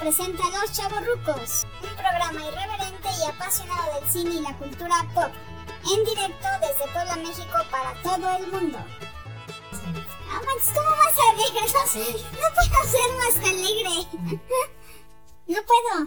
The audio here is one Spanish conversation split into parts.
presenta Los Chavorrucos, un programa irreverente y apasionado del cine y la cultura pop, en directo desde Puebla, México, para todo el mundo. Ah, Max, ¿cómo vas a alegre? No puedo ser más alegre. No puedo.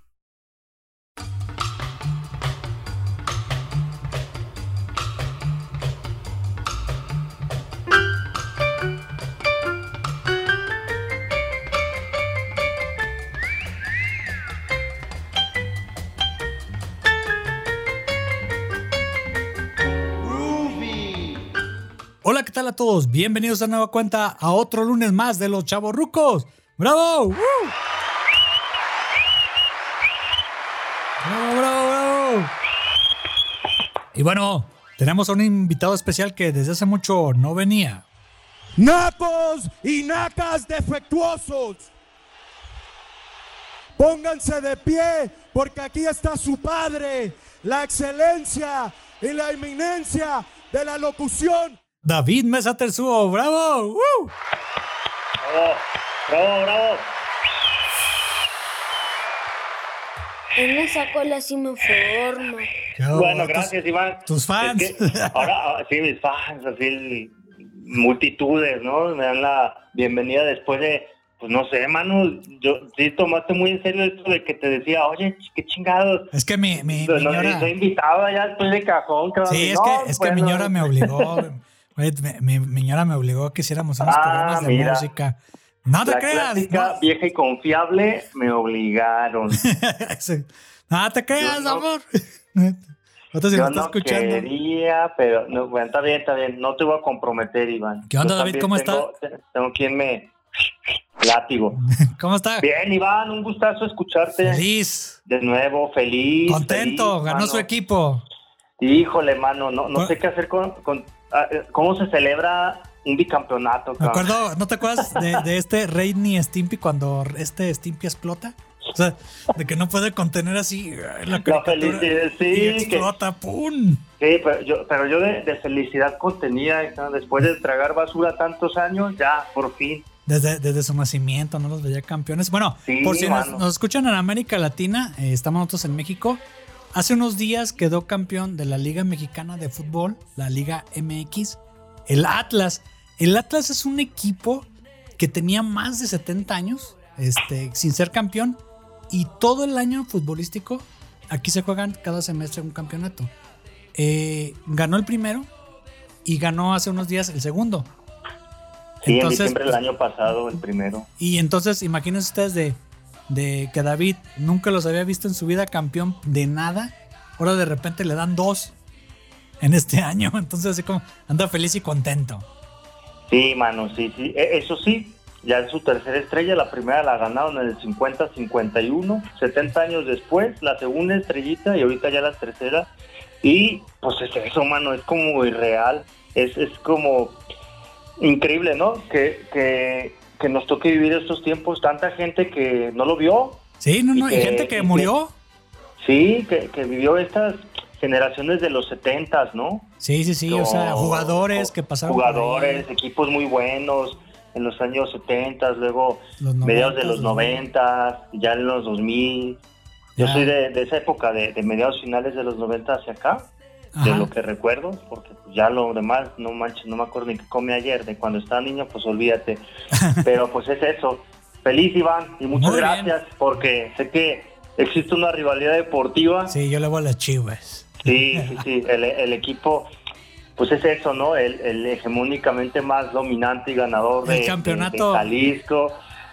Hola, ¿qué tal a todos? Bienvenidos a nueva cuenta, a otro lunes más de Los Chavorrucos. ¡Bravo! ¡Bravo, bravo, bravo! Y bueno, tenemos a un invitado especial que desde hace mucho no venía. ¡Nacos y nacas defectuosos! Pónganse de pie, porque aquí está su padre, la excelencia y la eminencia de la locución. David Mesa Terzuo, ¡bravo! ¡Bravo! En esa cola sí me forma. Bueno, gracias, Iván. Tus fans. Es que ahora sí, mis fans, así multitudes, ¿no? Me dan la bienvenida después de, pues no sé, mano, yo sí tomaste muy en serio esto de que te decía, oye, qué chingados. Es que mi ñora... Estoy invitado ya después de cajón. Sí, es que mi ñora me obligó... Oye, mi ñora me obligó a que hiciéramos unos programas de música. No te creas. No. Vieja y confiable me obligaron. No te creas, no, amor. Yo no quería, pero no, bueno, está bien. No te voy a comprometer, Iván. ¿Qué onda, David? ¿Cómo está? Tengo quien me látigo. ¿Cómo está? Bien, Iván, un gustazo escucharte. Feliz. De nuevo, feliz. Contento, ganó mano. Su equipo. Híjole, mano, no sé qué hacer con cómo se celebra un bicampeonato. Me acuerdo, ¿no te acuerdas de este Ren y Stimpy cuando Stimpy explota? O sea, de que no puede contener así la caricatura sí, y explota, ¡pum! Sí, pero yo de felicidad contenida, ¿no? Después de tragar basura tantos años, ya, por fin. Desde su nacimiento, no los veía campeones. Bueno, sí, por si nos escuchan en América Latina, estamos nosotros en México. Hace unos días quedó campeón de la Liga Mexicana de Fútbol, la Liga MX, el Atlas. El Atlas es un equipo que tenía más de 70 años sin ser campeón, y todo el año futbolístico aquí se juegan cada semestre un campeonato. Ganó el primero y ganó hace unos días el segundo. Sí, entonces, en diciembre del año pasado el primero. Y entonces imagínense ustedes de que David nunca los había visto en su vida campeón de nada, ahora de repente le dan 2 en este año, entonces así como anda feliz y contento. Sí, mano, sí, eso sí, ya es su tercera estrella, la primera la ganaron en el 50-51, 70 años después, la segunda estrellita y ahorita ya la tercera, y pues es eso, mano, es como irreal, es como increíble, ¿no? Que nos toque vivir estos tiempos, tanta gente que no lo vio. Sí, y gente que murió. Que vivió estas generaciones de los 70s, ¿no? Sí, o sea, jugadores que pasaron. Jugadores, equipos muy buenos en los años 70s, luego mediados de los 90s, ya en los 2000. Yo soy de esa época, de mediados finales de los 90 hacia acá. Ajá. De lo que recuerdo, porque pues ya lo demás, no manches, no me acuerdo ni qué comí ayer, de cuando estaba niño, pues olvídate. Pero pues es eso. Feliz, Iván, y muchas gracias, porque sé que existe una rivalidad deportiva. Sí, yo le voy a las Chivas. Sí, el equipo, pues es eso, ¿no? El hegemónicamente más dominante y ganador del campeonato de Jalisco,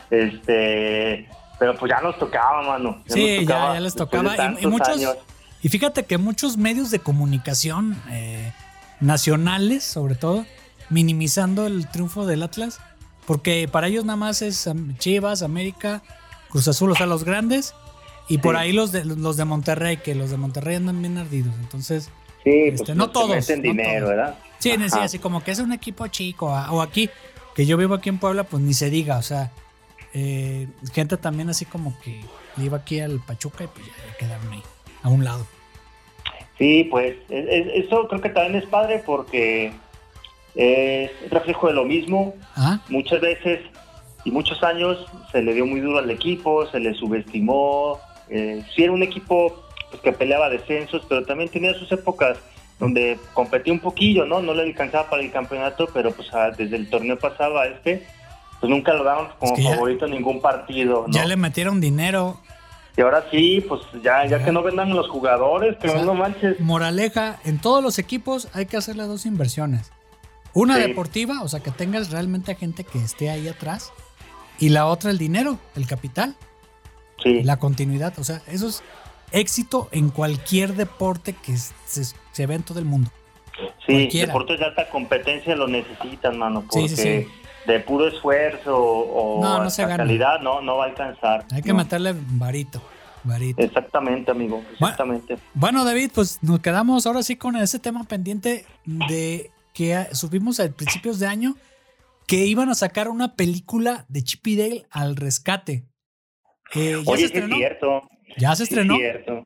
pero pues ya nos tocaba, mano. Ya les tocaba, y muchos años. Y fíjate que muchos medios de comunicación nacionales, sobre todo, minimizando el triunfo del Atlas, porque para ellos nada más es Chivas, América, Cruz Azul, o sea, los grandes, y por ahí los de Monterrey, que los de Monterrey andan bien ardidos, entonces, pues no todos. Meten dinero, ¿verdad? Sí, así como que es un equipo chico, o aquí, que yo vivo aquí en Puebla, pues ni se diga, o sea, gente también así como que iba aquí al Pachuca y pues ya quedaron ahí a un lado. Sí, pues eso creo que también es padre porque es reflejo de lo mismo. ¿Ah? Muchas veces y muchos años se le dio muy duro al equipo, se le subestimó. Sí era un equipo pues, que peleaba descensos, pero también tenía sus épocas donde competía un poquillo, ¿no? No le alcanzaba para el campeonato, pero pues desde el torneo pasado a pues nunca lo daban como favorito en ningún partido, ¿no? Ya le metieron dinero. Y ahora sí, pues ya que no vendan los jugadores, pero no manches. Moraleja, en todos los equipos hay que hacerle 2 inversiones. Una deportiva, o sea, que tengas realmente a gente que esté ahí atrás. Y la otra, el dinero, el capital. Sí. La continuidad, o sea, eso es éxito en cualquier deporte que se ve en todo el mundo. Sí, Cualquiera. Deportes de alta competencia lo necesitan, mano, porque sí. de puro esfuerzo o no se gana. calidad no va a alcanzar. Hay que meterle varito. Exactamente, amigo, exactamente. Bueno, David, pues nos quedamos ahora sí con ese tema pendiente de que supimos a principios de año que iban a sacar una película de Chip y Dale al rescate. ¿Ya se estrenó? Es cierto. ¿Ya se estrenó? Es cierto.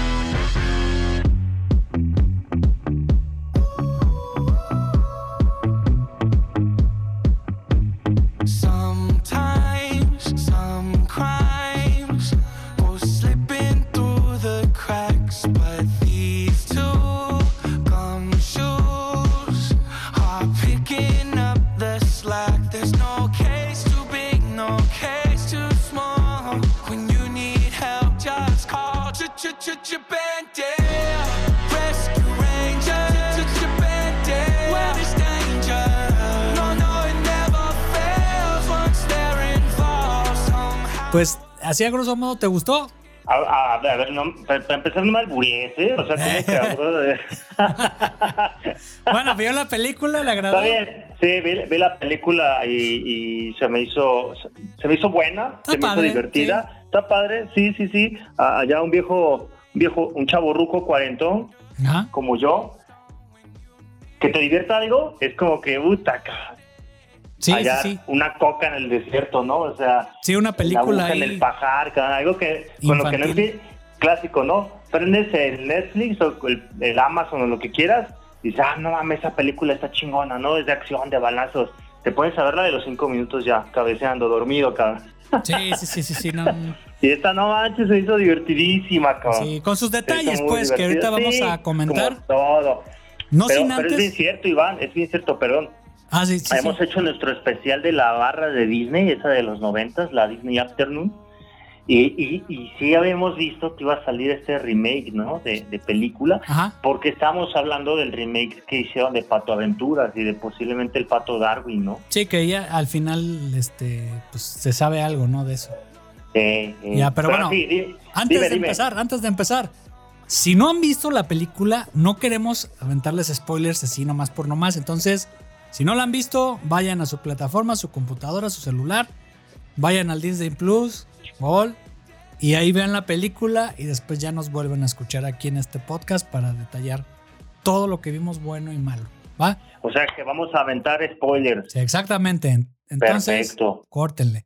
Pues así a grosso modo, ¿te gustó? A ver, no, para empezar no me alburies, ¿eh? O sea, ¿cómo que hablo de...? Bueno, ¿vio la película? ¿Le agradó? Está bien, sí, vi la película y se me hizo buena, Está se me padre, hizo divertida. Sí. Está padre, sí. Allá un chavo ruco cuarentón, Ajá. como yo, que te divierta algo, es como que, Sí, allá sí. una coca en el desierto, ¿no? O sea, sí, una película ahí en el pajar, algo que con lo que no es clásico, ¿no? Prendes el Netflix o el Amazon o lo que quieras y dices, no mames, esa película está chingona, ¿no? Es de acción, de balazos. Te pones a verla de los 5 minutos ya, cabeceando, dormido, cabrón. Sí, no. Y esta no manches, se hizo divertidísima, cabrón. Sí, con sus detalles, pues, que ahorita vamos a comentar. Como todo. No pero, sin antes... es bien cierto, Iván, perdón. Sí. Hemos hecho nuestro especial de la barra de Disney, esa de los 90s, la Disney Afternoon, y sí habíamos visto que iba a salir este remake, ¿no? De película, Ajá. Porque estábamos hablando del remake que hicieron de Pato Aventuras y de posiblemente el Pato Darwin, ¿no? Sí, que ya al final pues se sabe algo, ¿no? De eso. Ya, pero bueno, sí, antes de empezar, si no han visto la película, no queremos aventarles spoilers así nomás por nomás, entonces... Si no la han visto, vayan a su plataforma, a su computadora, a su celular, vayan al Disney Plus, y ahí vean la película y después ya nos vuelven a escuchar aquí en este podcast para detallar todo lo que vimos bueno y malo, ¿va? O sea que vamos a aventar spoilers. Sí, exactamente. Entonces, perfecto. Córtenle.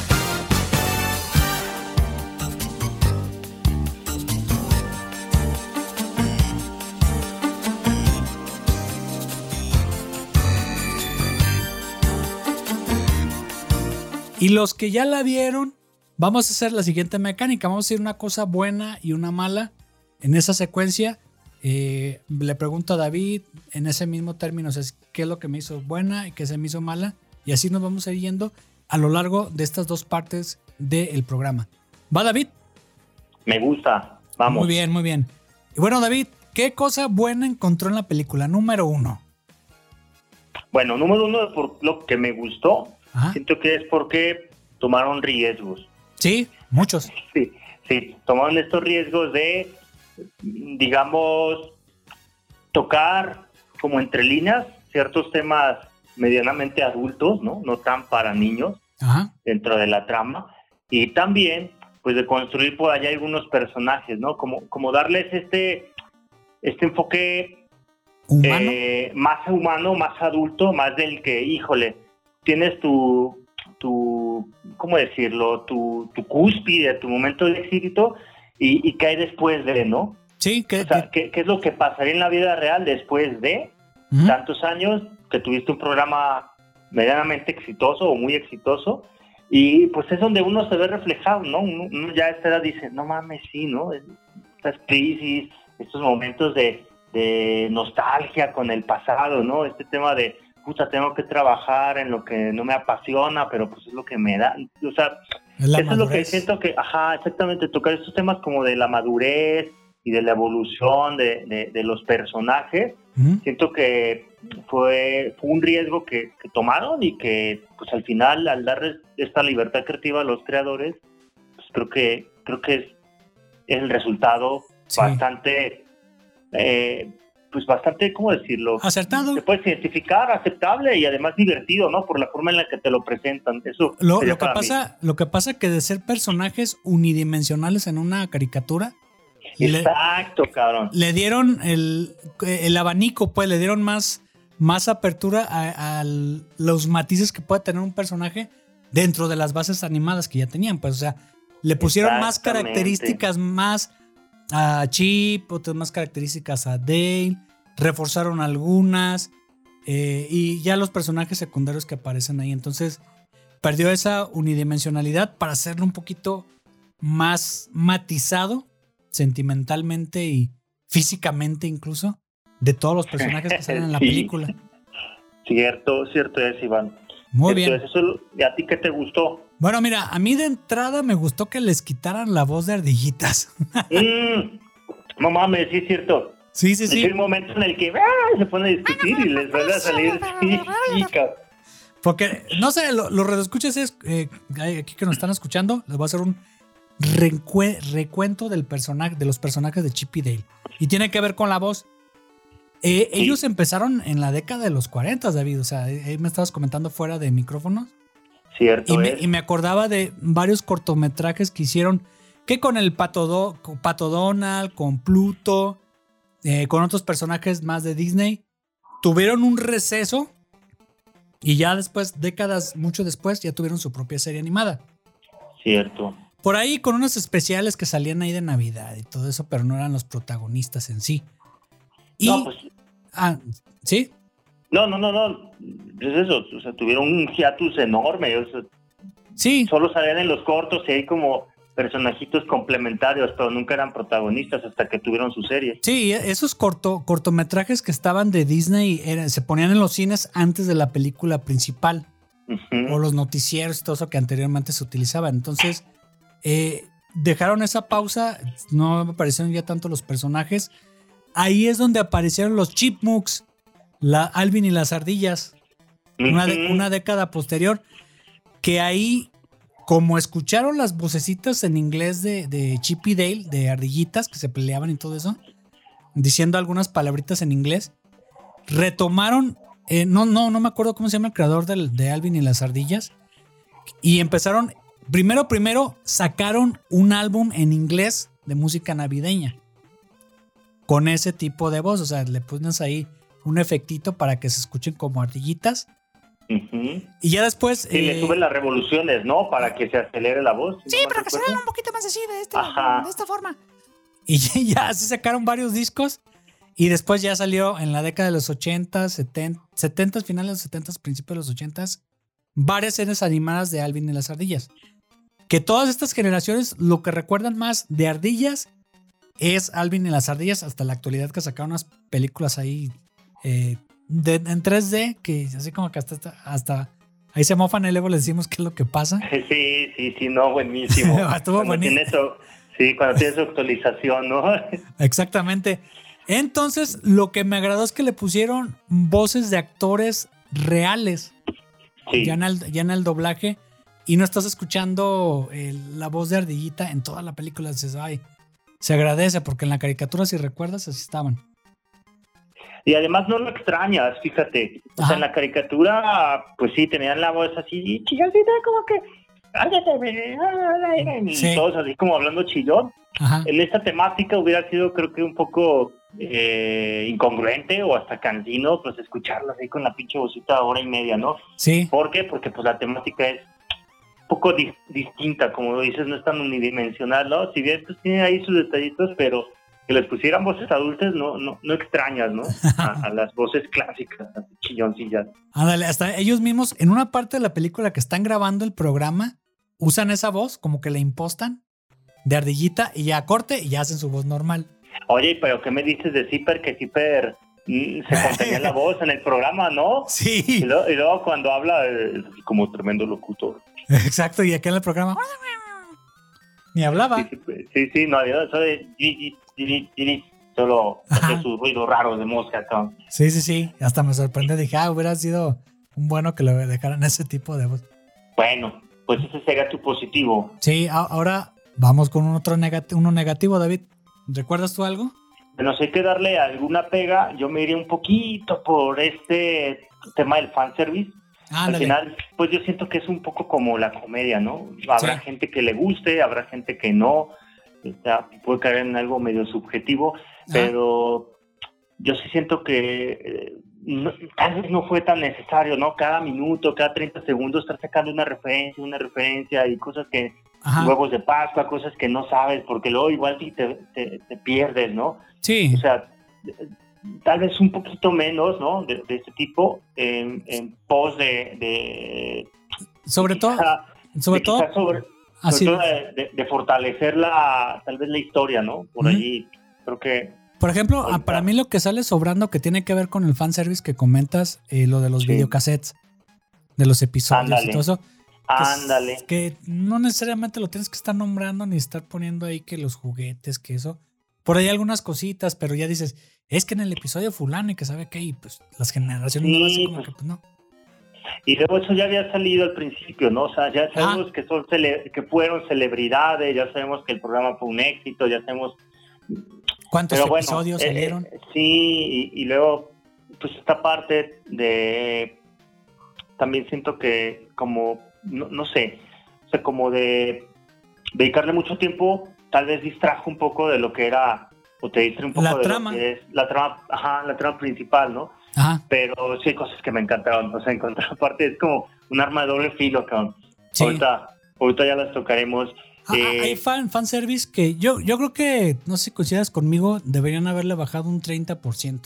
Y los que ya la vieron, vamos a hacer la siguiente mecánica. Vamos a decir una cosa buena y una mala en esa secuencia. Le pregunto a David en ese mismo término, o sea, qué es lo que me hizo buena y qué se me hizo mala. Y así nos vamos a ir yendo a lo largo de estas 2 partes del programa. ¿Va, David? Me gusta, vamos. Muy bien. Y bueno, David, ¿qué cosa buena encontró en la película? Número 1. Bueno, número 1 por lo que me gustó. Ajá. Siento que es porque tomaron riesgos. Sí, muchos. Sí, tomaron estos riesgos de, digamos, tocar como entre líneas ciertos temas medianamente adultos, ¿no? No tan para niños. Ajá. Dentro de la trama. Y también, pues, de construir por allá algunos personajes, ¿no? Como darles este enfoque ¿humano? Más humano, más adulto, más del que, híjole, tienes tu ¿cómo decirlo? Tu cúspide, tu momento de éxito y qué hay después de, ¿no? Sí. ¿Qué es lo que pasaría en la vida real después de tantos años que tuviste un programa medianamente exitoso o muy exitoso Y pues es donde uno se ve reflejado, ¿no? Uno ya a esta edad dice, no mames, sí, ¿no? Estas crisis, estos momentos de nostalgia con el pasado, ¿no? Este tema de, puta, tengo que trabajar en lo que no me apasiona, pero pues es lo que me da. O sea, eso es lo que siento que, exactamente, tocar estos temas como de la madurez y de la evolución de los personajes. Uh-huh. Siento que fue un riesgo que tomaron y que pues al final, al darles esta libertad creativa a los creadores, pues creo que es el resultado bastante, pues bastante, ¿cómo decirlo? Acertado. Se puede identificar, aceptable y además divertido, ¿no? Por la forma en la que te lo presentan. Eso lo que pasa que de ser personajes unidimensionales en una caricatura, exacto, cabrón. Le dieron el abanico, pues le dieron más apertura a los matices que puede tener un personaje dentro de las bases animadas que ya tenían, pues, o sea, le pusieron más características más a Chip, otras más características a Dale, reforzaron algunas y ya los personajes secundarios que aparecen ahí, entonces perdió esa unidimensionalidad para hacerlo un poquito más matizado sentimentalmente y físicamente incluso de todos los personajes que salen en la película. Cierto es, Iván. Muy bien. Eso, ¿y a ti qué te gustó? Bueno, mira, a mí de entrada me gustó que les quitaran la voz de Ardillitas. No mames, sí es cierto. Sí. Hay un momento en el que se pone a discutir y les vuelve a salir. Porque, no sé, los radioescuchas aquí que nos están escuchando, les voy a hacer un recuento de los personajes de Chip y Dale. Y tiene que ver con la voz. Ellos empezaron en la década de los 40, David. O sea, me estabas comentando fuera de micrófonos. Cierto. Y me acordaba de varios cortometrajes que hicieron, que con el Pato Donald, con Pluto, con otros personajes más de Disney, tuvieron un receso y ya después, mucho después, ya tuvieron su propia serie animada. Cierto. Por ahí con unos especiales que salían ahí de Navidad y todo eso, pero no eran los protagonistas en sí. No, pues. ¿Sí? No. Es eso, o sea, tuvieron un hiatus enorme. O sea, sí. Solo salían en los cortos y hay como personajitos complementarios, pero nunca eran protagonistas hasta que tuvieron su serie. Sí, esos cortometrajes que estaban de Disney se ponían en los cines antes de la película principal. Uh-huh. O los noticieros y todo eso que anteriormente se utilizaba. Entonces, dejaron esa pausa, no aparecieron ya tanto los personajes. Ahí es donde aparecieron los Chipmunks, la Alvin y las ardillas, una década posterior, que ahí, como escucharon las vocecitas en inglés de Chip y Dale, de ardillitas que se peleaban y todo eso, diciendo algunas palabritas en inglés, retomaron, no me acuerdo cómo se llama el creador de Alvin y las ardillas, y empezaron, primero sacaron un álbum en inglés de música navideña, con ese tipo de voz, o sea, le pones ahí un efectito para que se escuchen como ardillitas. Uh-huh. Y ya después... Y le suben las revoluciones, ¿no? Para que se acelere la voz. Sí, para que se haga un poquito más así, de esta forma. Y ya se sacaron varios discos. Y después ya salió en la década de los 80, 70, finales de los 70, principios de los 80, varias series animadas de Alvin y las ardillas. Que todas estas generaciones lo que recuerdan más de ardillas es Alvin y las ardillas, hasta la actualidad, que sacaron unas películas ahí en 3D, que así como que hasta ahí se mofan y luego les decimos qué es lo que pasa. Sí, no, buenísimo. Estuvo buenísimo. Cuando tiene su actualización, ¿no? Exactamente. Entonces, lo que me agradó es que le pusieron voces de actores reales, ya en el doblaje, y no estás escuchando la voz de ardillita en toda la película. Dices, ay, se agradece, porque en la caricatura, si recuerdas, así estaban. Y además no lo extrañas, fíjate. O sea, en la caricatura, pues sí, tenían la voz así, chilloncita, como que... Y todos así como hablando chillón. Ajá. En esta temática hubiera sido, creo que un poco incongruente o hasta cansino, pues escucharlo así con la pinche vocita hora y media, ¿no? Sí. ¿Por qué? Porque pues la temática es un poco distinta, como lo dices, no es tan unidimensional, ¿no? Si bien pues tiene ahí sus detallitos, pero que les pusieran voces adultas no extrañas, ¿no? A las voces clásicas, chilloncillas. Ándale, hasta ellos mismos, en una parte de la película que están grabando el programa, usan esa voz, como que la impostan de ardillita y ya corte y ya hacen su voz normal. Oye, pero ¿qué me dices de Zipper? Que Zipper se contenía la voz en el programa, ¿no? Sí. Y luego cuando habla, es como tremendo locutor. Exacto, y acá en el programa ni hablaba. Sí, no, eso de solo hacía sus ruidos raros de mosca. ¿No? Sí, hasta me sorprende, dije, hubiera sido un bueno que le dejaran ese tipo de voz. Bueno, pues ese sería tu positivo. Sí, ahora vamos con uno negativo, David. ¿Recuerdas tú algo? Bueno, si hay que darle alguna pega, yo me iría un poquito por este tema del fanservice. Al final, pues yo siento que es un poco como la comedia, ¿no? Habrá gente que le guste, habrá gente que no, o sea, puede caer en algo medio subjetivo, pero yo sí siento que tal vez no fue tan necesario, ¿no? Cada minuto, cada 30 segundos estar sacando una referencia y cosas que, huevos de Pascua, cosas que no sabes, porque luego igual te pierdes, ¿no? Sí. O sea, tal vez un poquito menos, ¿no? De este tipo, en pos de sobre todo de fortalecer tal vez la historia, ¿no? Por allí, creo que... Por ejemplo, para mí lo que sale sobrando que tiene que ver con el fanservice que comentas, lo de los videocassettes, de los episodios y todo eso. Ándale. Que no necesariamente lo tienes que estar nombrando ni estar poniendo ahí que los juguetes, que eso. Por ahí algunas cositas, pero ya dices, es que en el episodio fulano y que sabe que, y pues las generaciones no hacen como que pues no. Y luego eso ya había salido al principio, ¿no? O sea, ya sabemos que fueron celebridades, ya sabemos que el programa fue un éxito, ya sabemos... ¿Cuántos episodios salieron? Sí, y luego, pues esta parte de... También siento que como, no sé, o sea, como de dedicarle mucho tiempo, tal vez distrajo un poco de lo que era, o te distrae un poco de lo que es la trama principal, ¿no? Ajá. Pero sí hay cosas que me encantaron, o sea, en contraparte es como un arma de doble filo, cabrón. Sí. Ahorita ya las tocaremos. Hay fanservice que yo creo que, no sé si coincidas conmigo, deberían haberle bajado un 30%.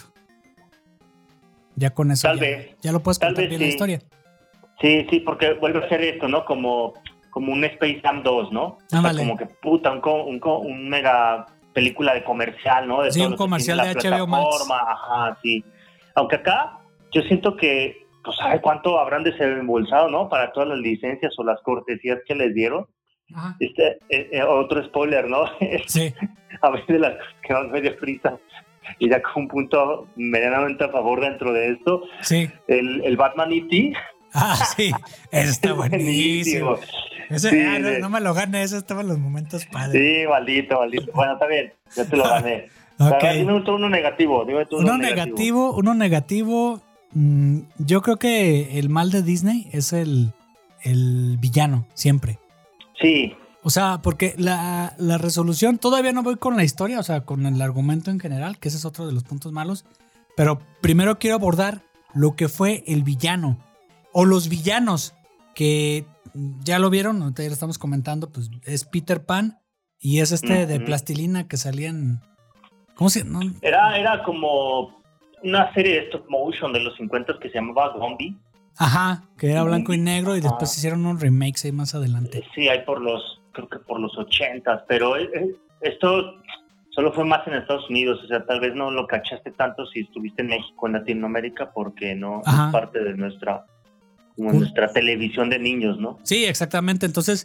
Ya con eso ya lo puedes contar bien la historia. Sí, porque vuelve a ser esto, ¿no? Como un Space Jam 2, ¿no? O sea, como que un mega película de comercial, ¿no? De un comercial de HBO Max. Ajá, sí. Aunque acá yo siento que, pues, ¿sabe cuánto habrán desembolsado, no? Para todas las licencias o las cortesías que les dieron. Ajá. Otro spoiler, ¿no? Sí. A veces de las cosas que van medio frisas. Y ya con un punto medianamente a favor dentro de esto. Sí. El Batman E.T. Sí, eso está buenísimo. No me lo gané, eso estaba en los momentos padres. Sí, maldito. Bueno, está bien, ya te lo gané. Okay. Dime uno negativo. Uno negativo. Yo creo que el mal de Disney es el villano, siempre. Sí. O sea, porque la resolución, todavía no voy con la historia, o sea, con el argumento en general, que ese es otro de los puntos malos. Pero primero quiero abordar lo que fue el villano. O los villanos, que ya lo vieron, ahorita ya lo estamos comentando, pues es Peter Pan y es de plastilina que salían... ¿Cómo se llama? No. Era como una serie de stop motion de los 50 que se llamaba Gumby. Ajá, que era blanco y negro y después hicieron unos remakes ahí más adelante. Sí, hay creo que por los 80, pero esto solo fue más en Estados Unidos, o sea, tal vez no lo cachaste tanto si estuviste en México, en Latinoamérica, porque no es parte de nuestra televisión de niños, ¿no? Sí, exactamente. Entonces,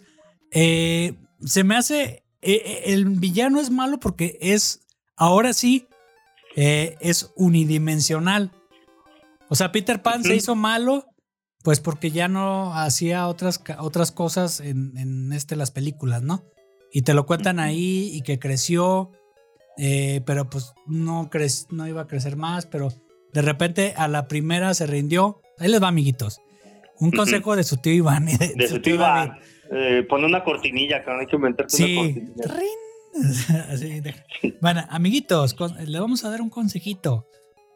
se me hace... el villano es malo porque ahora sí, es unidimensional. O sea, Peter Pan se hizo malo, pues porque ya no hacía otras cosas en las películas, ¿no? Y te lo cuentan ahí y que creció, pero pues no iba a crecer más, pero de repente a la primera se rindió. Ahí les va, amiguitos. Un consejo de su tío Iván. De su tío Iván. Pon una cortinilla, que no hay que inventarte una cortinilla. Así, bueno, amiguitos, le vamos a dar un consejito.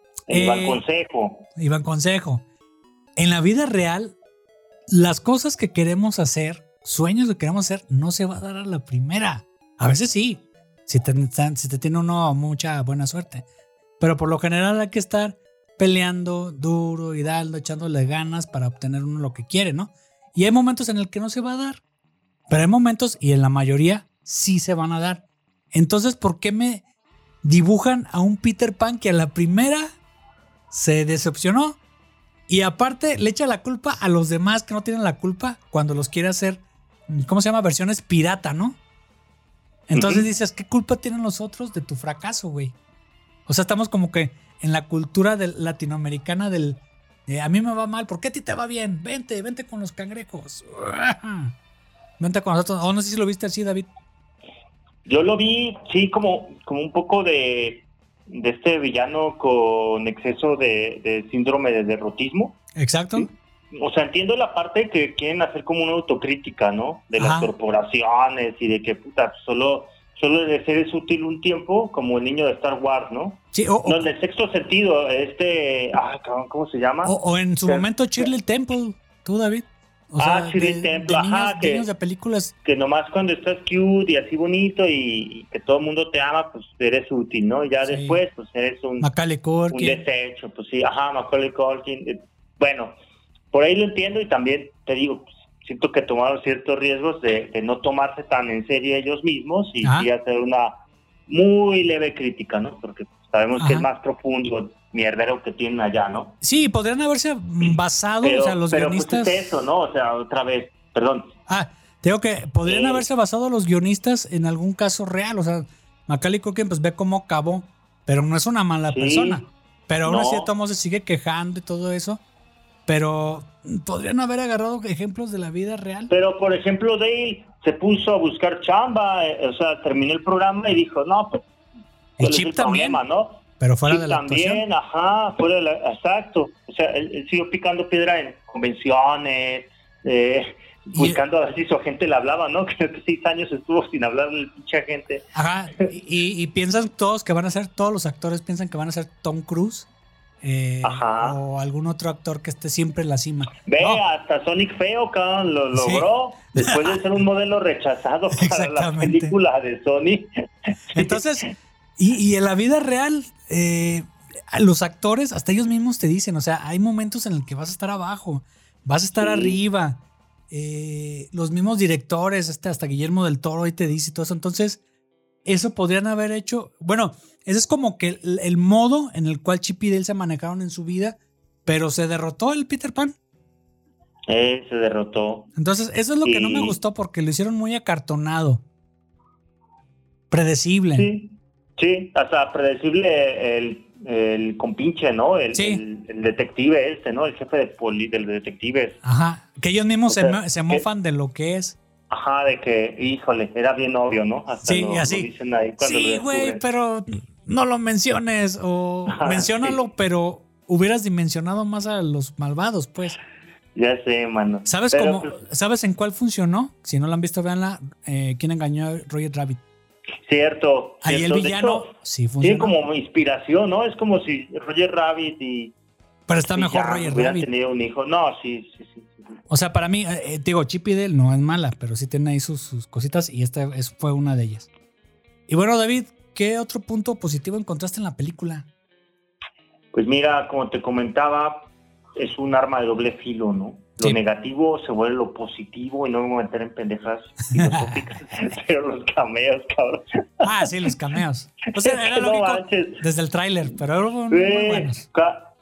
Iván Consejo. En la vida real, las cosas que queremos hacer, sueños que queremos hacer, no se va a dar a la primera. A veces sí. si te tiene uno mucha buena suerte. Pero por lo general hay que estar peleando duro y echándole ganas para obtener uno lo que quiere, ¿no? Y hay momentos en el que no se va a dar. Pero hay momentos, y en la mayoría, sí se van a dar. Entonces, ¿por qué me dibujan a un Peter Pan que a la primera se decepcionó? Y aparte le echa la culpa a los demás que no tienen la culpa cuando los quiere hacer, ¿cómo se llama? Versiones pirata, ¿no? Entonces dices, ¿qué culpa tienen los otros de tu fracaso, güey? O sea, estamos como que en la cultura latinoamericana del a mí me va mal, ¿por qué a ti te va bien? Vente con los cangrejos. Vente con nosotros. O no sé si lo viste así, David. Yo lo vi, sí, como un poco de este villano con exceso de síndrome de derrotismo. Exacto. ¿Sí? O sea, entiendo la parte que quieren hacer como una autocrítica, ¿no? De las corporaciones y de que, puta, solo de ser es útil un tiempo, como el niño de Star Wars, ¿no? Sí, no, en el sexto sentido, ¿cómo se llama? O en su momento Shirley Temple, tú, David. O sea, Shirley Temple, niños de películas. Que nomás cuando estás cute y así bonito y que todo el mundo te ama, pues eres útil, ¿no? Y ya después, pues eres un desecho, pues sí, Macaulay Culkin. Bueno, por ahí lo entiendo y también te digo, pues, siento que tomaron ciertos riesgos de no tomarse tan en serio ellos mismos y hacer una muy leve crítica, ¿no? Porque sabemos que es más profundo el mierdero que tienen allá, ¿no? Sí, podrían haberse basado, o sea, los guionistas... Pues es eso, ¿no? O sea, otra vez, perdón. Te digo que podrían haberse basado los guionistas en algún caso real, o sea, Macaulay Culkin pues ve cómo acabó, pero no es una mala persona, pero aún así Tomo se sigue quejando y todo eso. Pero podrían haber agarrado ejemplos de la vida real. Pero, por ejemplo, Dale se puso a buscar chamba, o sea, terminó el programa y dijo, no, pues... Y Chip también, problema, ¿no? Pero fuera Chip de la actuación. También, fuera de la... Exacto. O sea, él siguió picando piedra en convenciones, buscando a ver si su agente le hablaba, ¿no? Creo que 6 años estuvo sin hablarle al pinche agente. Y piensan todos que van a ser, todos los actores piensan que van a ser Tom Cruise. O algún otro actor que esté siempre en la cima. Hasta Sonic Feo, cabrón, lo logró después de ser un modelo rechazado para la película de Sony. Entonces, y en la vida real, los actores, hasta ellos mismos te dicen, o sea, hay momentos en el que vas a estar abajo, vas a estar arriba. Los mismos directores, hasta Guillermo del Toro ahí te dice y todo eso. Entonces, eso podrían haber hecho. Bueno, ese es como que el modo en el cual Chip y Dale se manejaron en su vida, pero se derrotó el Peter Pan. Se derrotó. Entonces, eso es lo que no me gustó porque lo hicieron muy acartonado. Predecible. Sí, hasta predecible el compinche, ¿no? El detective ¿no? El jefe del detectives. Que ellos mismos se mofan de lo que es. De que, híjole, era bien obvio, ¿no? Hasta lo dicen ahí cuando lo descubren. Güey, pero no lo menciones o menciónalo, pero hubieras dimensionado más a los malvados, pues. Ya sé, mano. ¿Sabes en cuál funcionó? Si no la han visto, véanla. ¿Quién engañó a Roger Rabbit? Cierto. Ahí el villano sí funcionó. Tiene como inspiración, ¿no? Es como si Roger Rabbit y... Pero está mejor Roger Rabbit. Tenido un hijo. No, sí. O sea, para mí, digo, Chip y Dale no es mala, pero sí tiene ahí sus cositas y esta fue una de ellas. Y bueno, David, ¿qué otro punto positivo encontraste en la película? Pues mira, como te comentaba, es un arma de doble filo, ¿no? Lo negativo se vuelve lo positivo y no me voy a meter en pendejas filosóficas, pero los cameos, cabrón. Sí, los cameos. O sea, era lógico desde el tráiler, pero eran muy buenos.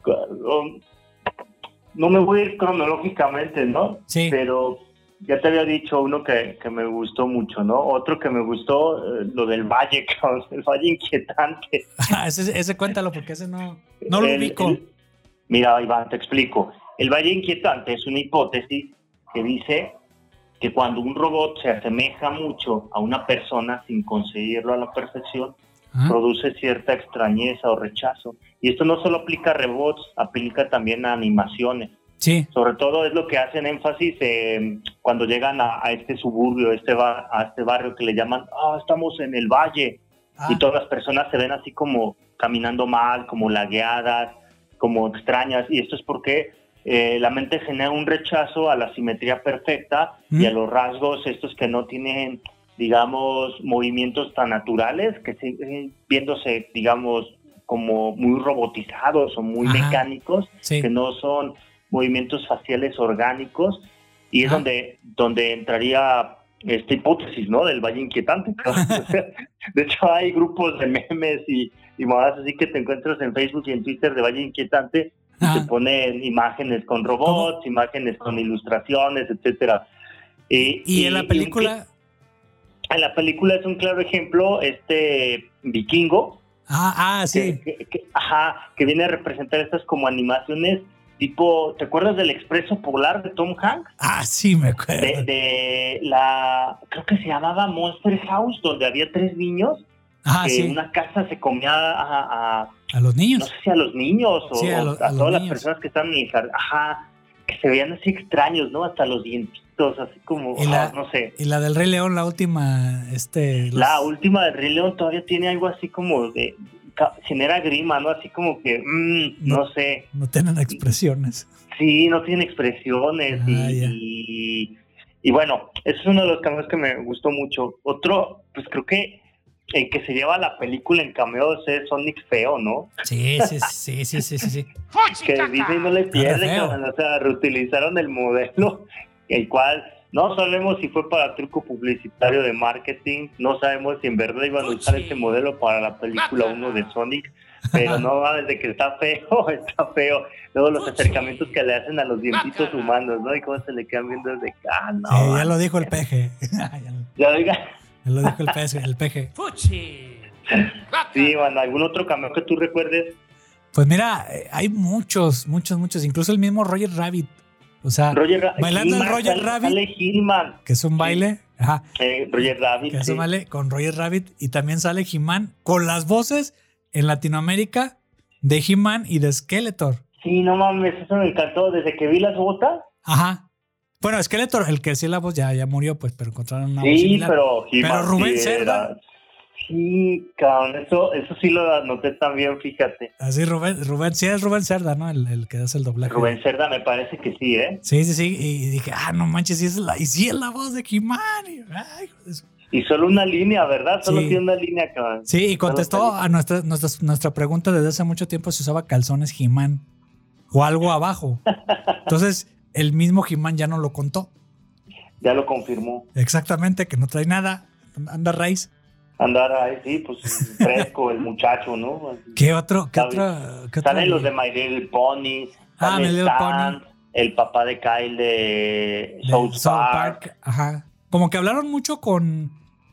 No me voy a ir cronológicamente, ¿no? Sí. Pero ya te había dicho uno que me gustó mucho, ¿no? Otro que me gustó, lo del valle, cabrón, el valle inquietante. Ese cuéntalo, porque ese no lo ubico. Mira, Iván, te explico. El valle inquietante es una hipótesis que dice que cuando un robot se asemeja mucho a una persona sin conseguirlo a la perfección, produce cierta extrañeza o rechazo. Y esto no solo aplica a robots, aplica también a animaciones. Sí. Sobre todo es lo que hacen énfasis cuando llegan a este suburbio, a este barrio que le llaman, estamos en el valle. Y todas las personas se ven así como caminando mal, como lagueadas, como extrañas. Y esto es porque la mente genera un rechazo a la simetría perfecta y a los rasgos estos que no tienen digamos, movimientos tan naturales que siguen viéndose, digamos, como muy robotizados o muy mecánicos, que no son movimientos faciales orgánicos, y es donde entraría esta hipótesis, ¿no? Del Valle Inquietante. De hecho, hay grupos de memes y modas así que te encuentras en Facebook y en Twitter de Valle Inquietante, y te ponen imágenes con robots, imágenes con ilustraciones, etcétera. ¿Y en la película? En la película es un claro ejemplo, Vikingo. Sí. Que viene a representar estas como animaciones tipo, ¿te acuerdas del Expreso Polar de Tom Hanks? Sí, me acuerdo. Creo que se llamaba Monster House, donde había 3 niños que en una casa se comía a los niños. No sé si a los niños o a todas las personas que están en el jardín. Que se veían así extraños, ¿no? Hasta los dientitos, así como, no sé. Y la del Rey León, la última, La última del Rey León todavía tiene algo así como de, genera grima, ¿no? Así como que, no sé. No tienen expresiones. Sí, no tienen expresiones. Y bueno, ese es uno de los cameos que me gustó mucho. Otro, pues creo que el que se lleva la película en cameos es Sonic Feo, ¿no? Sí. Que Disney no le pierde, o sea, reutilizaron el modelo, el cual no sabemos si fue para truco publicitario de marketing, no sabemos si en verdad iban a usar este modelo para la película 1 de Sonic, pero no, desde que está feo. Luego los acercamientos que le hacen a los dientitos humanos, ¿no? Y cómo se le quedan viendo desde acá, ¿no? Sí, ya lo dijo el peje. Ya diga. Ya lo dijo el peje. Sí, bueno, ¿algún otro cameo que tú recuerdes? Pues mira, hay muchos. Incluso el mismo Roger Rabbit. O sea, bailando el Roger Rabbit. Sale He-Man. Que es un baile. Roger Rabbit. Que es un baile con Roger Rabbit. Y también sale He-Man con las voces en Latinoamérica de He-Man y de Skeletor. Sí, no mames, eso me encantó. Desde que vi las botas. Bueno, Skeletor, el que hacía la voz ya murió, pues, pero encontraron una voz similar. Pero Rubén Cerda. Sí, cabrón, eso sí lo anoté también, fíjate. Así, Rubén, sí es Rubén Cerda, ¿no? El que hace el doblaje. Rubén Cerda me parece que sí, ¿eh? Sí, y dije, no manches, sí es la voz de He-Man. Y solo una línea, ¿verdad? Solo tiene una línea, cabrón. Sí, y contestó a nuestra pregunta desde hace mucho tiempo si usaba calzones He-Man o algo abajo. Entonces, el mismo He-Man ya no lo contó. Ya lo confirmó. Exactamente, que no trae nada. Anda raíz. Andar ahí, sí, pues fresco el muchacho, ¿no? ¿Qué otro? Salen los de My Little Pony. My Little Pony. El papá de Kyle de South Park. Como que hablaron mucho con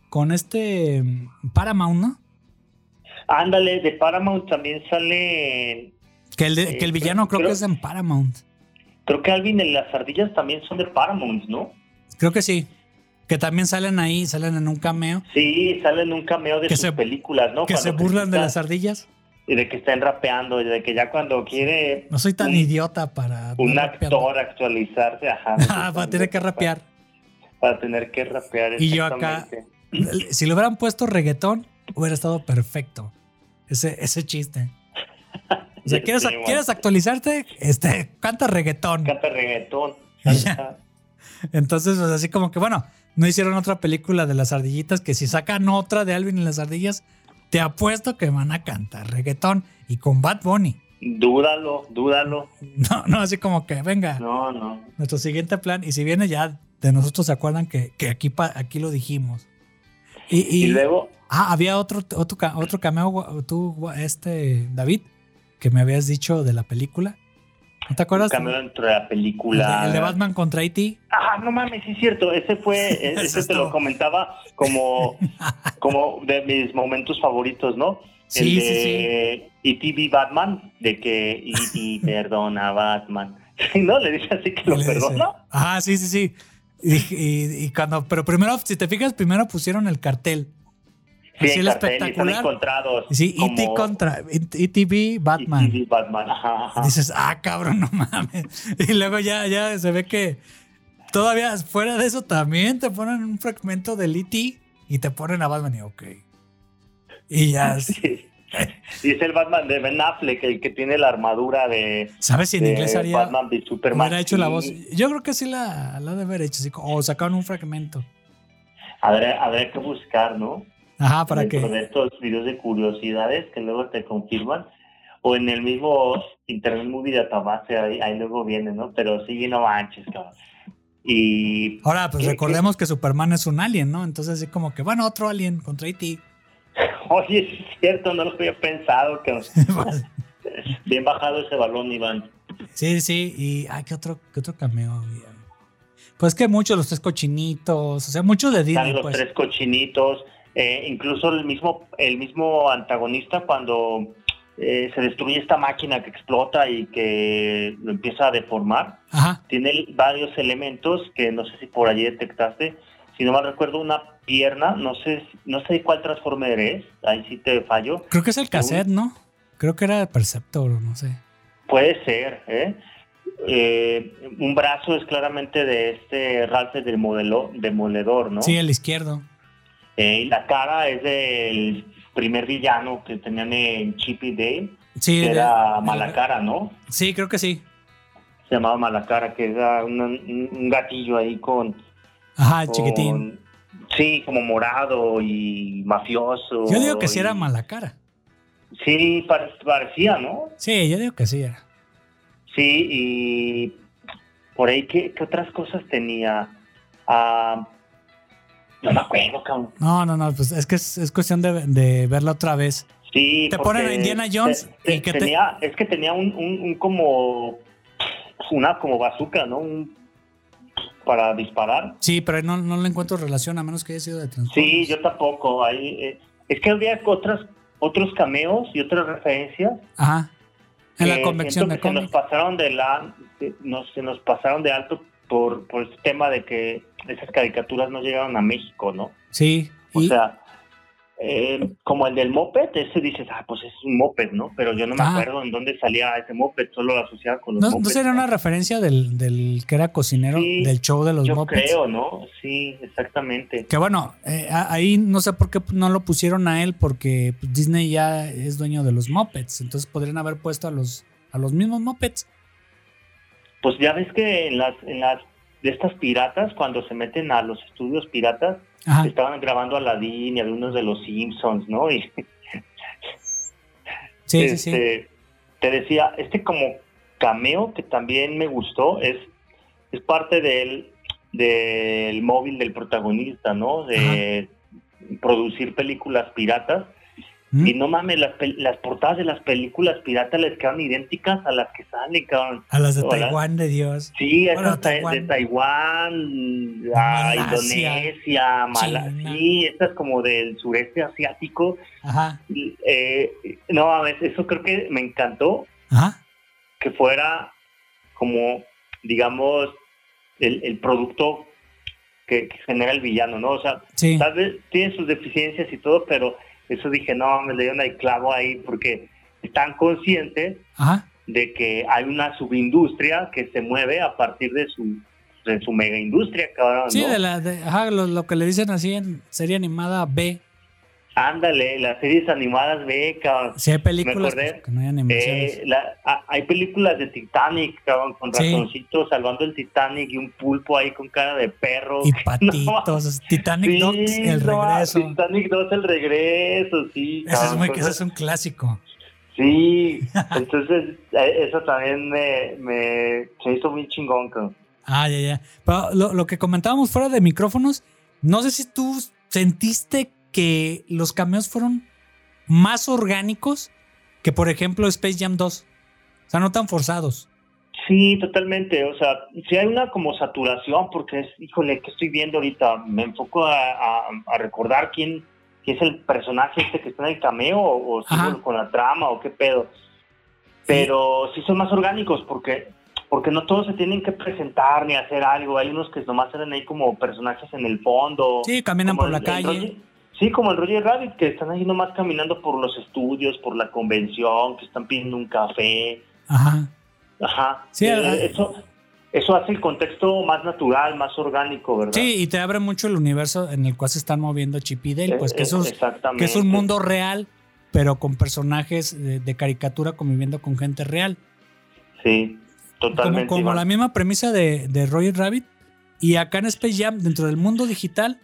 Paramount, ¿no? Ándale, de Paramount también sale... Que el villano creo que es en Paramount. Creo que Alvin y las ardillas también son de Paramount, ¿no? Creo que sí. Que también salen en un cameo. Sí, salen en un cameo de sus películas, ¿no? Que se burlan de las ardillas. Y de que estén rapeando, y de que ya cuando quiere... No soy tan idiota para... Un actor actualizarse, para tener que rapear. Para tener que rapear, y yo acá, si le hubieran puesto reggaetón, hubiera estado perfecto. Ese chiste. O sea, ¿quieres actualizarte? Canta reggaetón. Canta reggaetón. Entonces, pues así como que, bueno, no hicieron otra película de las ardillitas, que si sacan otra de Alvin y las ardillas, te apuesto que van a cantar reggaetón y con Bad Bunny. Dúdalo. No, así como que, venga. No. Nuestro siguiente plan, y si viene ya de nosotros, se acuerdan que aquí lo dijimos. Y luego... había otro cameo, tú, David, que me habías dicho de la película. ¿No te acuerdas? Un cameo dentro de la película. El de Batman contra E.T. No mames, sí es cierto. Ese te lo comentaba como de mis momentos favoritos, ¿no? Sí, el de E.T. v Batman, de que E.T. perdona a Batman. ¿No? Le dice así que lo perdona. Sí. Y cuando, pero primero, si te fijas, primero pusieron el cartel. Sí, así el espectacular. Sí, E.T. contra E.T. v Batman. E.T. v Batman, ajá. Dices, cabrón, no mames. Y luego ya se ve que todavía fuera de eso también te ponen un fragmento del E.T. y te ponen a Batman y ok. Y ya. Sí. Y es el Batman de Ben Affleck, el que tiene la armadura de... ¿Sabes si en inglés haría... Batman v Superman? Hubiera hecho la voz. Yo creo que sí la de haber hecho, así, o sacaron un fragmento. Habrá que buscar, ¿no? Ajá, para que... De estos videos de curiosidades que luego te confirman, o en el mismo Internet Movie Database, ahí luego viene, ¿no? Pero sí, no manches, cabrón. Y... Ahora, pues recordemos que Superman es un alien, ¿no? Entonces así como que, bueno, otro alien contra E.T. Oye, es cierto, no lo había pensado. Bien bajado ese balón, Iván. Sí, y ¿qué otro cameo había? Pues que muchos, los 3 cochinitos, o sea, muchos de Disney. Están los 3 cochinitos, incluso el mismo antagonista cuando se destruye esta máquina que explota y que lo empieza a deformar. Ajá. Tiene varios elementos que no sé si por allí detectaste. Si no mal recuerdo, una pierna, no sé cuál Transformer es, ahí sí te fallo. Creo que es el cassette, ¿no? Creo que era Perceptor, no sé. Puede ser, un brazo es claramente de este Ralph Demoledor, ¿no? Sí, el izquierdo. Y la cara es del primer villano que tenían en Chip y Dale, sí, que era Malacara, ¿no? Sí, creo que sí. Se llamaba Malacara, que era un gatillo ahí con... Ajá, chiquitín. Sí, como morado y mafioso. Yo digo que sí era Malacara. Sí, parecía, ¿no? Sí, yo digo que sí era. Sí, y por ahí, ¿qué otras cosas tenía? No me acuerdo, cabrón. No, pues es que es cuestión de verla otra vez. Sí, te ponen a Indiana Jones es que tenía un como una como bazooka, ¿no? Para disparar. Sí, pero no le encuentro relación a menos que haya sido de Transformers. Sí, yo tampoco. Ahí, es que había otros cameos y otras referencias. Ajá. En la convención de cómics. Se nos pasaron de alto por el tema de que esas caricaturas no llegaron a México, ¿no? Sí. O sea, como el del moped, ese dices, pues es un moped, ¿no? Pero yo no me acuerdo en dónde salía ese moped, solo lo asociaba con los mopeds. ¿No sería una referencia del que era cocinero, sí, del show de los mopeds? Yo creo, ¿no? Sí, exactamente. Que bueno, ahí no sé por qué no lo pusieron a él, porque Disney ya es dueño de los mopeds, entonces podrían haber puesto a los mismos mopeds. Pues ya ves que en las de estas piratas, cuando se meten a los estudios piratas, ajá, estaban grabando Aladdin y algunos de los Simpsons, ¿no? Y sí. Te decía, como cameo que también me gustó es parte del móvil del protagonista, ¿no? De producir películas piratas. Y no mames, las portadas de las películas piratas les quedan idénticas a las que salen, cabrón. A las de Taiwán, de Dios. Sí, esas de Taiwán, Indonesia, Malasia. Sí, estas como del sureste asiático. Ajá. No mames, eso creo que me encantó. Ajá. Que fuera como, digamos, el producto que genera el villano, ¿no? O sea, sí, tal vez tiene sus deficiencias y todo, pero eso dije, no, me le dieron el clavo ahí porque están conscientes, ajá, de que hay una subindustria que se mueve a partir de su mega industria, cabrón, sí, ¿no? Lo que le dicen así en serie animada B. Ándale, las series animadas B, cabrón. Sí, hay películas que no hay animaciones. Hay películas de Titanic, cabrón, con ratoncitos salvando el Titanic y un pulpo ahí con cara de perro. Y patitos. No. Titanic 2, el regreso. Titanic 2, el regreso, sí. Ese es un clásico. Sí, entonces eso también se hizo muy chingón, cabrón. Ya. Pero lo que comentábamos fuera de micrófonos, no sé si tú sentiste que los cameos fueron más orgánicos que, por ejemplo, Space Jam 2. O sea, no tan forzados. Sí, totalmente. O sea, sí hay una como saturación porque es, híjole, ¿qué estoy viendo ahorita? Me enfoco a recordar quién es el personaje que está en el cameo o sigo con la trama o qué pedo. Pero sí son más orgánicos porque no todos se tienen que presentar ni hacer algo. Hay unos que nomás salen ahí como personajes en el fondo. Sí, caminan por la calle. Sí, como el Roger Rabbit, que están ahí nomás caminando por los estudios, por la convención, que están pidiendo un café. Ajá. Sí, eso hace el contexto más natural, más orgánico, ¿verdad? Sí, y te abre mucho el universo en el cual se están moviendo Chip y Dale, pues que es un mundo real, pero con personajes de caricatura conviviendo con gente real. Sí, totalmente. Como la misma premisa de Roger Rabbit, y acá en Space Jam, dentro del mundo digital,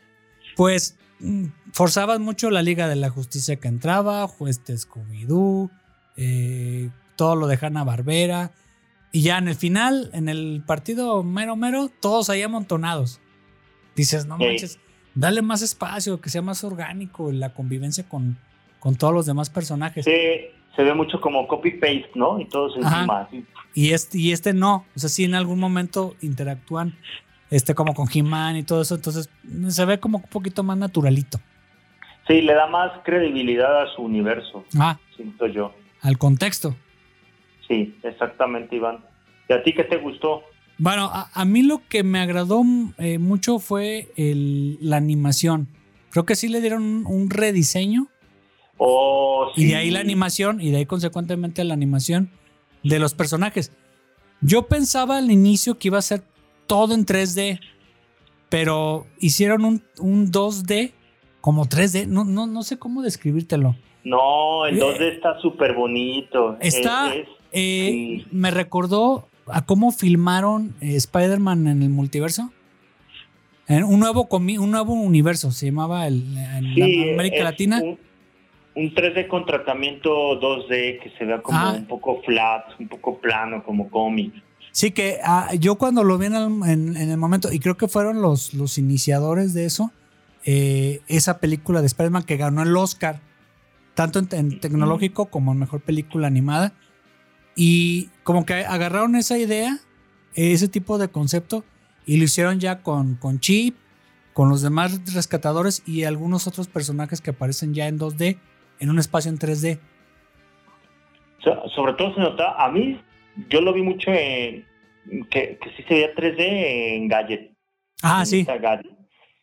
pues forzaban mucho la Liga de la Justicia que entraba, Scooby-Doo, todo lo de Hanna-Barbera, y ya en el final, en el partido mero, todos ahí amontonados. Dices, no manches, dale más espacio, que sea más orgánico la convivencia con todos los demás personajes. Sí, se ve mucho como copy-paste, ¿no? Y todos encima. Y este no, o sea, sí en algún momento interactúan como con He-Man y todo eso, entonces se ve como un poquito más naturalito. Sí, le da más credibilidad a su universo, siento yo. Al contexto. Sí, exactamente, Iván. ¿Y a ti qué te gustó? Bueno, a mí lo que me agradó mucho fue la animación. Creo que sí le dieron un rediseño. Sí. Y de ahí la animación, y de ahí consecuentemente la animación de los personajes. Yo pensaba al inicio que iba a ser todo en 3D, pero hicieron un 2D como 3D. No sé cómo describírtelo. No, el 2D está súper bonito. Sí. Me recordó a cómo filmaron Spider-Man en el multiverso. Un nuevo universo se llamaba en América Latina. Un 3D con tratamiento 2D que se vea como un poco flat, un poco plano, como cómic. Sí, que yo cuando lo vi en el momento, y creo que fueron los iniciadores de eso, esa película de Spider-Man que ganó el Oscar, tanto en tecnológico como en mejor película animada, y como que agarraron esa idea, ese tipo de concepto, y lo hicieron ya con Chip, con los demás rescatadores y algunos otros personajes que aparecen ya en 2D, en un espacio en 3D. Sobre todo se nota, a mí, yo lo vi mucho que sí se veía 3D en Gadget. Sí. Gadget.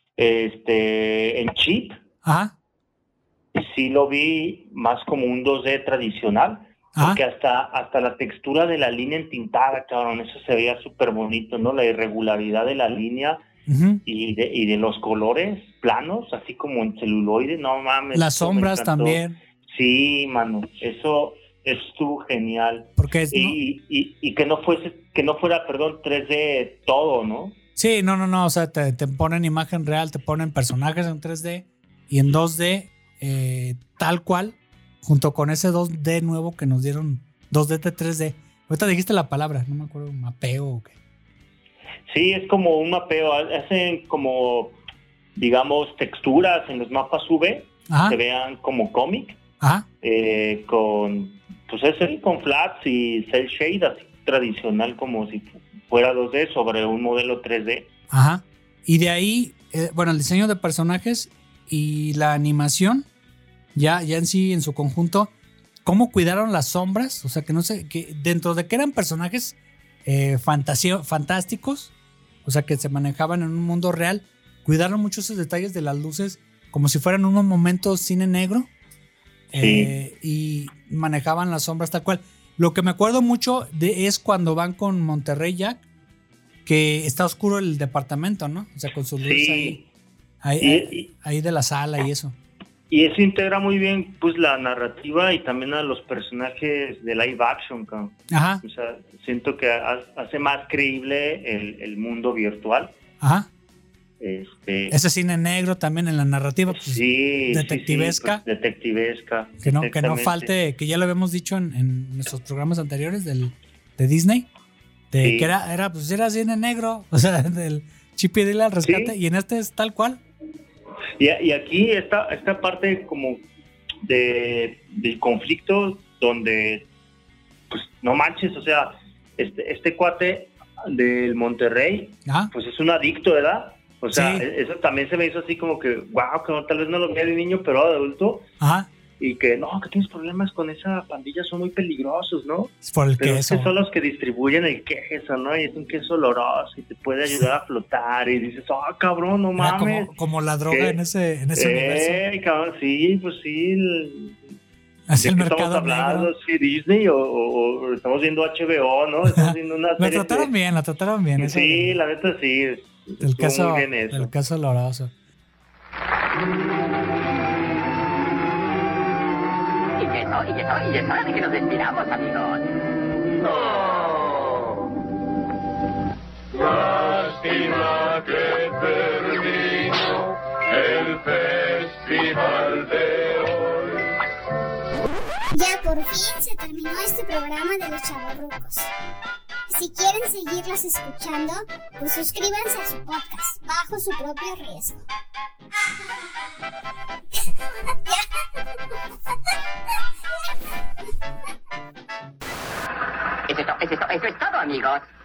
En Chip. Sí lo vi más como un 2D tradicional. Porque hasta la textura de la línea entintada, cabrón, eso se veía súper bonito, ¿no? La irregularidad de la línea y de los colores planos, así como en celuloide, no mames. Las sombras también. Sí, mano, eso estuvo genial. Porque y que no fuera, 3D todo, ¿no? Sí, no, o sea, te ponen imagen real, te ponen personajes en 3D y en 2D tal cual, junto con ese 2D nuevo que nos dieron, 2D de 3D. Ahorita dijiste la palabra, no me acuerdo, mapeo o qué. Sí, es como un mapeo, hacen como, digamos, texturas en los mapas V, se vean como cómic, con flats y cel shade, así tradicional, como si fuera 2D sobre un modelo 3D. Y de ahí, el diseño de personajes y la animación, ya en sí, en su conjunto, cómo cuidaron las sombras, o sea, que no sé, que dentro de que eran personajes fantásticos, o sea, que se manejaban en un mundo real, cuidaron mucho esos detalles de las luces, como si fueran unos momentos cine negro, y manejaban las sombras tal cual. Lo que me acuerdo mucho es cuando van con Monterrey Jack, que está oscuro el departamento, ¿no? O sea, con su luz ahí de la sala y eso. Y eso integra muy bien, pues, la narrativa y también a los personajes de live action, cabrón. O sea, siento que hace más creíble el mundo virtual. Ese cine negro también en la narrativa, pues, detectivesca. Sí, pues, detectivesca. Que no falte, que ya lo habíamos dicho en nuestros programas anteriores de Disney, que era cine negro, o sea, del Chip y Dale al rescate, y en este es tal cual. Y aquí esta parte como del conflicto donde, pues, no manches, o sea, este cuate del Monterrey, pues es un adicto, ¿verdad? O sea, eso también se me hizo así como que, wow, que tal vez no lo veía de niño, pero de adulto. Y que que tienes problemas con esa pandilla, son muy peligrosos, ¿no? Por el pero queso. Es que son los que distribuyen el queso, ¿no? Y es un queso oloroso y te puede ayudar a flotar. Y dices, cabrón, no mames. Como la droga en ese universo. Cabrón, sí, pues sí. Así el mercado estamos hablando, negro. Sí, Disney o estamos viendo HBO, ¿no? Estamos viendo una serie. La trataron bien. Sí, la neta sí. El caso oloroso. Y es hora de que nos despidamos, amigos. ¡No! Lástima que terminó el por fin se terminó este programa de los chavorrucos. Si quieren seguirlos escuchando, pues suscríbanse a su podcast, bajo su propio riesgo. Eso es todo, amigos.